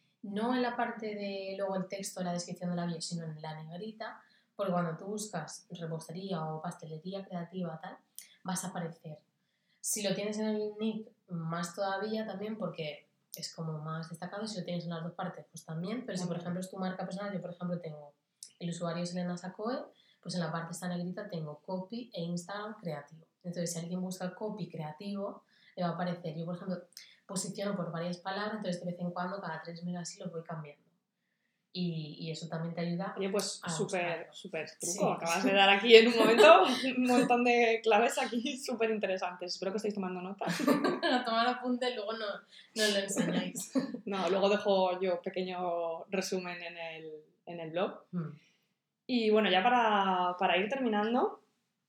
no en la parte de luego el texto, la descripción de la bio, sino en la negrita, porque cuando tú buscas repostería o pastelería creativa, tal, vas a aparecer. Si lo tienes en el nick, más todavía también, porque es como más destacado. Si lo tienes en las dos partes, pues también. Pero si, por ejemplo, es tu marca personal, yo, por ejemplo, tengo el usuario es Elena Sacoe, pues en la parte esta negrita tengo copy e Instagram creativo. Entonces, si alguien busca copy creativo, le va a aparecer. Yo, por ejemplo, posiciono por varias palabras, entonces de vez en cuando, cada 3 meses así, los voy cambiando. y eso también te ayuda. Oye, pues a súper buscarlo. truco. Sí. Acabas de dar aquí en un momento un montón de claves aquí súper interesantes. Espero que estéis tomando nota. A tomar apunte, luego no lo enseñáis. No, luego dejo yo pequeño resumen en el blog. Y bueno, ya para ir terminando,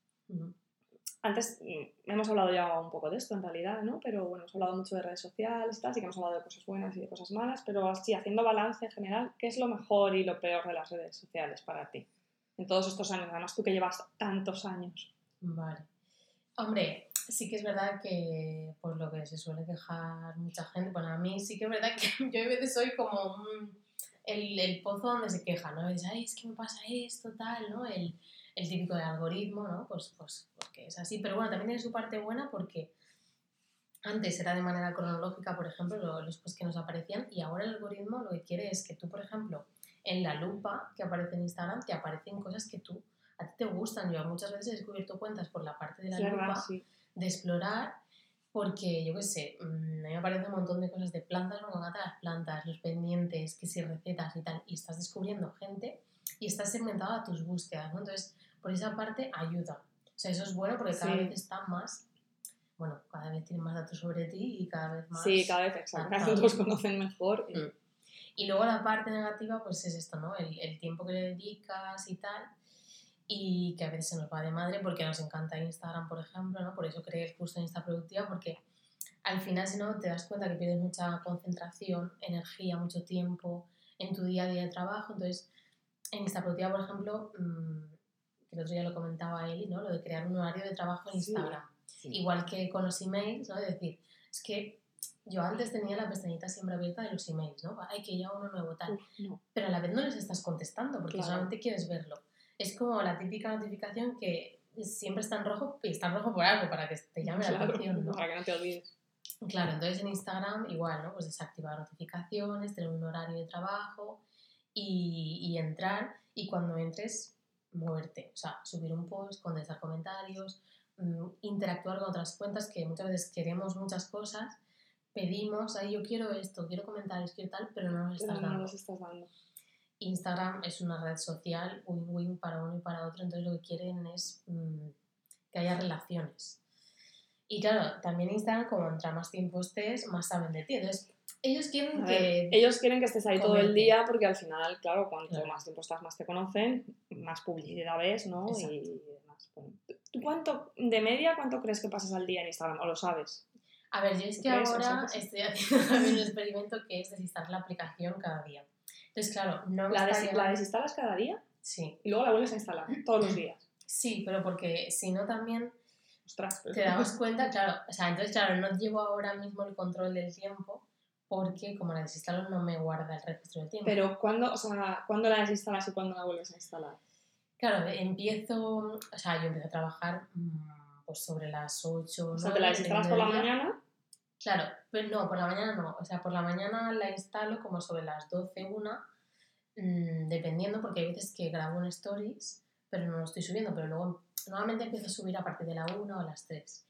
antes hemos hablado ya un poco de esto en realidad, ¿no? Pero bueno, hemos hablado mucho de redes sociales y tal, sí que hemos hablado de cosas buenas y de cosas malas, pero así, haciendo balance en general, ¿qué es lo mejor y lo peor de las redes sociales para ti? En todos estos años, además tú que llevas tantos años. Vale. Hombre, sí que es verdad que, pues lo que se suele quejar mucha gente, bueno, a mí sí que es verdad que yo a veces soy como el pozo donde se queja, ¿no? Es, ay, es que me pasa esto, tal, ¿no? El típico de algoritmo, ¿no? Pues porque es así. Pero bueno, también tiene su parte buena porque antes era de manera cronológica, por ejemplo, los posts que nos aparecían, y ahora el algoritmo lo que quiere es que tú, por ejemplo, en la lupa que aparece en Instagram, te aparecen cosas que a ti te gustan. Yo muchas veces he descubierto cuentas por la parte de la lupa, sí. de explorar, porque yo qué sé, a mí me aparecen un montón de cosas de plantas, me encantan las plantas, los pendientes, que si recetas y tal, y estás descubriendo gente y estás segmentado a tus búsquedas, ¿no? Entonces, por esa parte ayuda. O sea, eso es bueno porque cada vez está más, bueno, cada vez tienen más datos sobre ti y cada vez más... Sí, cada vez, exacto. Cada vez los conocen mejor. Y luego la parte negativa, pues es esto, ¿no? El tiempo que le dedicas y tal, y que a veces se nos va de madre porque nos encanta Instagram, por ejemplo, ¿no? Por eso creé el curso de Insta Productiva, porque al final, si no, te das cuenta que pierdes mucha concentración, energía, mucho tiempo en tu día a día de trabajo. Entonces, en Insta Productiva, por ejemplo, que el otro día lo comentaba Eli, ¿no? Lo de crear un horario de trabajo en Instagram. Sí. Igual que con los emails, ¿no? Es decir, es que yo antes tenía la pestañita siempre abierta de los emails, ¿no? Ay, que ya uno nuevo, tal. No. Pero a la vez no les estás contestando porque solamente quieres verlo. Es como la típica notificación que siempre está en rojo y está en rojo por algo, para que te llame la atención, ¿no? Para que no te olvides. Claro, entonces en Instagram igual, ¿no? Pues desactivar notificaciones, tener un horario de trabajo y entrar, y cuando entres, moverte. O sea, subir un post, contestar comentarios, interactuar con otras cuentas, que muchas veces queremos muchas cosas, pedimos, ay, yo quiero esto, quiero comentarios, quiero tal, pero no nos estás dando. Instagram es una red social win-win para uno y para otro, entonces lo que quieren es que haya relaciones. Y claro, también Instagram, como entre más tiempo estés, más saben de ti. Entonces, ellos quieren que estés ahí todo el día, porque al final, claro, cuanto más tiempo estás, más te conocen, más publicidad ves, ¿no? Exacto. Y demás. Bueno, ¿tú de media cuánto crees que pasas al día en Instagram? ¿O lo sabes? A ver, yo es que ahora estoy haciendo también un experimento que es desinstalar la aplicación cada día. Entonces, claro, no me ¿La desinstalas cada día? Sí. Y luego la vuelves a instalar todos los días. Sí, pero porque si no también... Ostras, te dabas cuenta, claro, o sea, entonces claro, no llevo ahora mismo el control del tiempo porque como la desinstalo no me guarda el registro del tiempo. Pero ¿cuándo la desinstalas y cuándo la vuelves a instalar? Claro, yo empiezo a trabajar pues sobre las 8, 9. O sea, ¿te la desinstalas por la mañana? Claro, pero no, por la mañana no. O sea, por la mañana la instalo como sobre las 12, 1, dependiendo, porque hay veces que grabo en stories, pero no lo estoy subiendo, pero luego normalmente empiezo a subir a partir de la 1 o a las 3.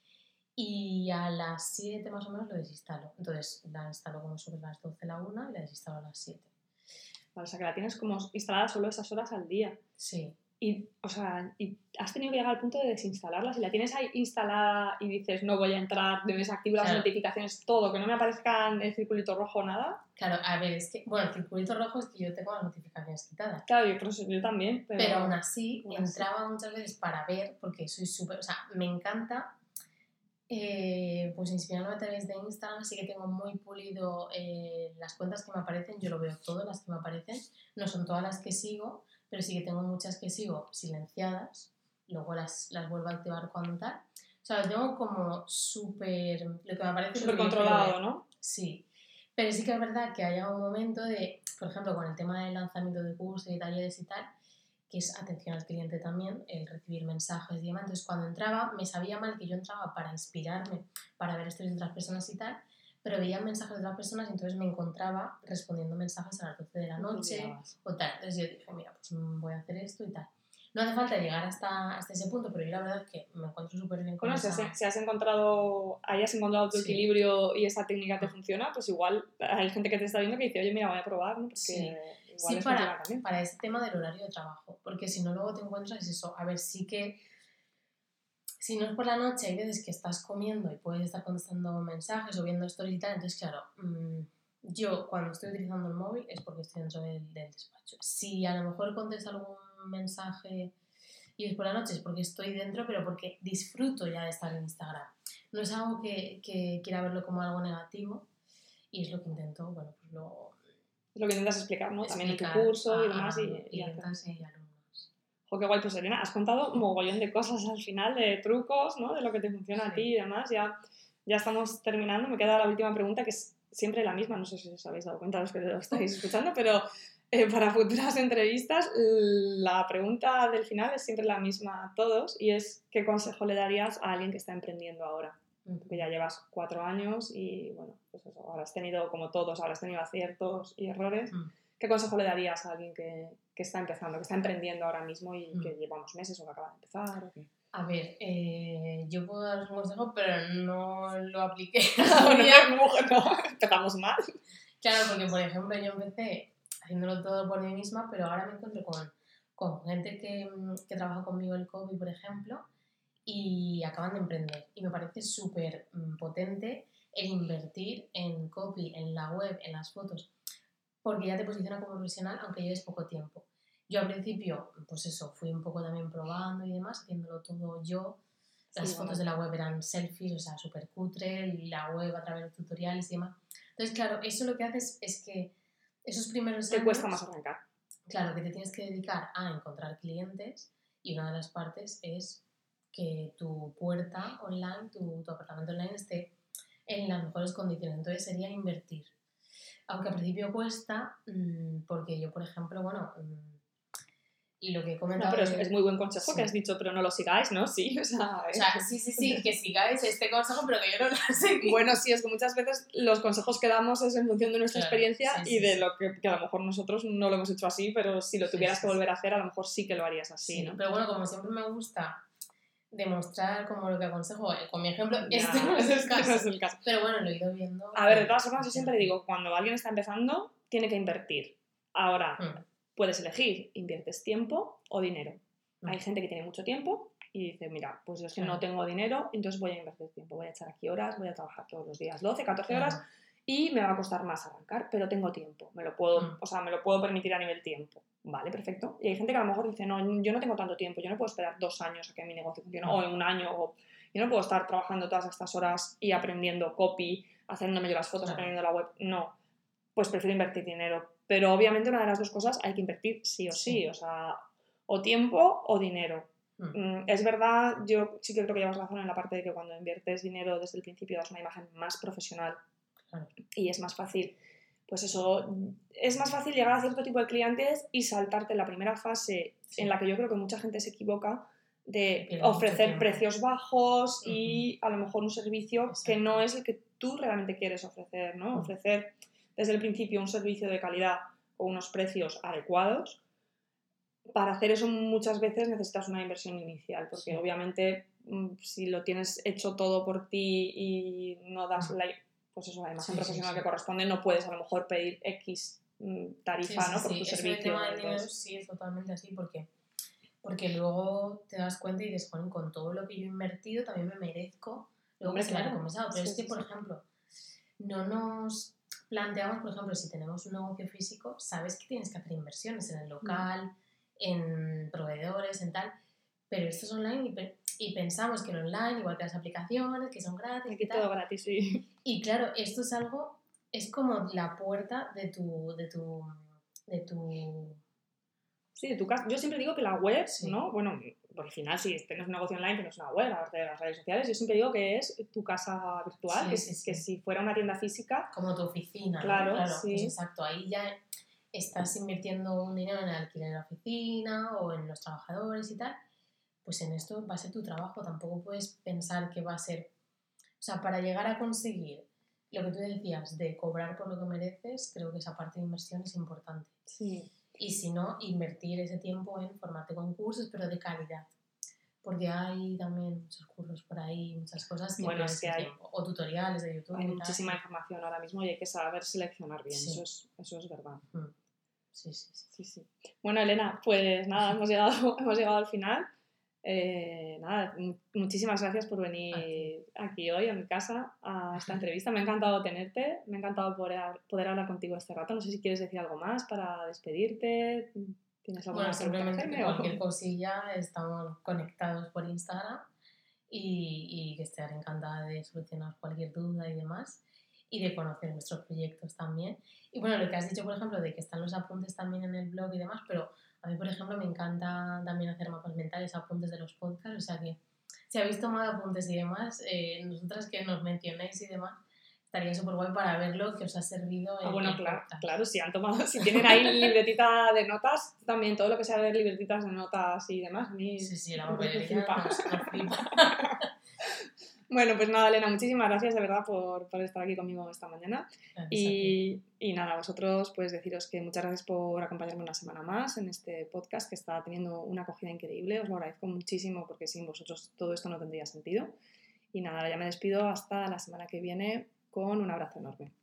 Y a las 7 más o menos lo desinstalo. Entonces la instalo como sobre las 12, la 1 y la desinstalo a las 7. Vale, o sea, que la tienes como instalada solo esas horas al día. Sí. Y has tenido que llegar al punto de desinstalarla. Si la tienes ahí instalada y dices no voy a entrar, me desactivo las notificaciones, todo, que no me aparezcan el circulito rojo, nada. Claro, a ver, es que, bueno, el circulito rojo es que yo tengo las notificaciones quitadas. Claro, yo también. Pero aún así, entraba muchas veces para ver, porque soy súper, o sea, me encanta, pues inspirarme a través de Instagram, sí que tengo muy pulido las cuentas que me aparecen, yo lo veo todas las que me aparecen, no son todas las que sigo, pero sí que tengo muchas que sigo silenciadas, luego las vuelvo a activar cuando tal. O sea, lo tengo como súper... Lo que me parece súper controlado, ¿no? Sí. Pero sí que es verdad que haya un momento de, por ejemplo, con el tema del lanzamiento de cursos y talleres y tal, que es atención al cliente también, el recibir mensajes y demás. Entonces, cuando entraba, me sabía mal que yo entraba para inspirarme, para ver historias de otras personas y tal, pero veía mensajes de otras personas y entonces me encontraba respondiendo mensajes a las 12 de la noche o tal. Entonces yo dije, mira, pues voy a hacer esto y tal. No hace falta llegar hasta ese punto, pero yo la verdad es que me encuentro súper bien con esa... si hayas encontrado tu equilibrio y esa técnica te funciona, pues igual hay gente que te está viendo que dice, oye, mira, voy a probar, ¿no? Porque... Sí. igual Sí, les funciona también. para ese tema del horario de trabajo, porque si no luego te encuentras eso, a ver, sí que si no es por la noche hay veces que estás comiendo y puedes estar contestando mensajes o viendo stories y tal, entonces claro, yo cuando estoy utilizando el móvil es porque estoy dentro del despacho. Si a lo mejor contesto algún mensaje y es por la noche es porque estoy dentro, pero porque disfruto ya de estar en Instagram. No es algo que quiera verlo como algo negativo y es lo que intento, bueno, pues Es lo que intentas explicar, ¿no? También en tu explicar curso y a demás. clientas y alumnos. Jo, qué guay, pues Elena, has contado un mogollón de cosas al final, de trucos, ¿no? De lo que te funciona a ti y demás. Ya estamos terminando. Me queda la última pregunta, que es siempre la misma. No sé si os habéis dado cuenta los que lo estáis escuchando, pero para futuras entrevistas la pregunta del final es siempre la misma a todos y es ¿qué consejo le darías a alguien que está emprendiendo ahora? Porque ya llevas 4 años y, bueno, pues eso, habrás tenido, como todos, habrás tenido aciertos y errores. ¿Qué consejo le darías a alguien que está empezando, que está emprendiendo ahora mismo y que lleva unos meses o que acaba de empezar? ¿O qué? A ver, yo puedo dar un consejo, pero no lo apliqué. No, empezamos mal. Claro, porque por ejemplo yo empecé haciéndolo todo por mí misma, pero ahora me encuentro con gente que trabaja conmigo el copy, por ejemplo, y acaban de emprender. Y me parece súper potente el invertir en copy, en la web, en las fotos, porque ya te posiciona como profesional aunque lleves poco tiempo. Yo al principio, pues eso, fui un poco también probando y demás, haciéndolo todo yo. Las fotos de la web eran selfies, o sea, súper cutre, la web a través de tutoriales y demás. Entonces, claro, eso lo que haces es que esos primeros años... Te cuesta más arrancar. Claro, que te tienes que dedicar a encontrar clientes y una de las partes es que tu puerta online, tu apartamento online esté en las mejores condiciones. Entonces sería invertir. Aunque al principio cuesta, porque yo, por ejemplo, bueno, y lo que he comentado... No, pero es muy buen consejo que has dicho, pero no lo sigáis, ¿no? Sí, o sea, sí, que sigáis este consejo, pero que yo no lo seguí. Bueno, sí, es que muchas veces los consejos que damos es en función de nuestra experiencia y de lo que a lo mejor nosotros no lo hemos hecho así, pero si lo tuvieras que volver a hacer, a lo mejor sí que lo harías así, ¿no? Pero bueno, como siempre me gusta demostrar como lo que aconsejo, con mi ejemplo, este no es el caso. No es el caso. Pero bueno, lo he ido viendo. A ver, de todas formas, yo siempre digo, cuando alguien está empezando, tiene que invertir. Ahora, puedes elegir, inviertes tiempo o dinero. Hay gente que tiene mucho tiempo y dice, mira, pues yo es que no tengo dinero, entonces voy a invertir tiempo, voy a echar aquí horas, voy a trabajar todos los días 12, 14 horas y me va a costar más arrancar, pero tengo tiempo, me lo puedo permitir a nivel tiempo. Vale, perfecto. Y hay gente que a lo mejor dice, no, yo no tengo tanto tiempo, yo no puedo esperar 2 años a que mi negocio funcione, o en un año, o yo no puedo estar trabajando todas estas horas y aprendiendo copy, haciéndome yo las fotos, aprendiendo la web. No, pues prefiero invertir dinero. Pero obviamente una de las dos cosas hay que invertir sí o sí, o sea, o tiempo o dinero. Es verdad, yo sí que creo que llevas razón en la parte de que cuando inviertes dinero desde el principio das una imagen más profesional y es más fácil, pues eso, es más fácil llegar a cierto tipo de clientes y saltarte la primera fase en la que yo creo que mucha gente se equivoca de ofrecer precios bajos y a lo mejor un servicio que no es el que tú realmente quieres ofrecer, ¿no? Ofrecer desde el principio un servicio de calidad o unos precios adecuados. Para hacer eso muchas veces necesitas una inversión inicial, porque obviamente si lo tienes hecho todo por ti y no das la imagen profesional que corresponde, no puedes a lo mejor pedir X tarifa, ¿no? Por tu servicio. El tema del dinero sí es totalmente así, porque luego te das cuenta y dices, con todo lo que yo he invertido también me merezco lo que se me ha recompensado. Pero es que, por ejemplo, no nos planteamos, por ejemplo, si tenemos un negocio físico, sabes que tienes que hacer inversiones en el local, en proveedores, en tal, pero esto es online y pensamos que el online, igual que las aplicaciones, que son gratis. Aquí todo gratis, sí. Y claro, esto es algo, es como la puerta de tu Sí, de tu casa. Yo siempre digo que la web, ¿no? Bueno, al final si tienes un negocio online que no es una web, aparte de las redes sociales, yo siempre digo que es tu casa virtual, que si fuera una tienda física... Como tu oficina, claro, ¿no? sí. Pues exacto, ahí ya estás invirtiendo un dinero en el alquiler de la oficina o en los trabajadores y tal, pues en esto va a ser tu trabajo, tampoco puedes pensar que va a ser... O sea, para llegar a conseguir lo que tú decías de cobrar por lo que mereces, creo que esa parte de inversión es importante. Sí. Y si no, invertir ese tiempo en formarte con cursos, pero de calidad. Porque hay también muchos cursos por ahí, muchas cosas que bueno, es que hay tiempo. O tutoriales de YouTube. Hay muchísima información ahora mismo y hay que saber seleccionar bien, eso es verdad. Sí, sí, sí. Sí, sí. Bueno, Elena, pues nada, hemos llegado al final. Nada, muchísimas gracias por venir aquí hoy a mi casa a esta entrevista. Me ha encantado tenerte, me ha encantado poder hablar contigo este rato. No sé si quieres decir algo más para despedirte. ¿Tienes alguna Bueno, pregunta que simplemente que hacerme? cualquier cosilla estamos conectados por Instagram y que estaré encantada de solucionar cualquier duda y demás y de conocer vuestros proyectos también. Y bueno, lo que has dicho, por ejemplo, de que están los apuntes también en el blog y demás, pero a mí, por ejemplo, me encanta también hacer mapas mentales, apuntes de los podcasts, o sea que si habéis tomado apuntes y demás, nosotras que nos mencionéis y demás, estaría súper guay para ver lo que os ha servido Bueno, el claro, podcast. claro, si han tomado, si tienen ahí libretita de notas, también todo lo que sea de libretitas de notas y demás, a mí Sí, la me papelería flipa. nos flipa. Bueno, pues nada, Elena, muchísimas gracias de verdad por estar aquí conmigo esta mañana. Gracias a ti. Y nada, vosotros pues deciros que muchas gracias por acompañarme una semana más en este podcast que está teniendo una acogida increíble. Os lo agradezco muchísimo porque sin vosotros todo esto no tendría sentido. Y nada, ya me despido hasta la semana que viene con un abrazo enorme.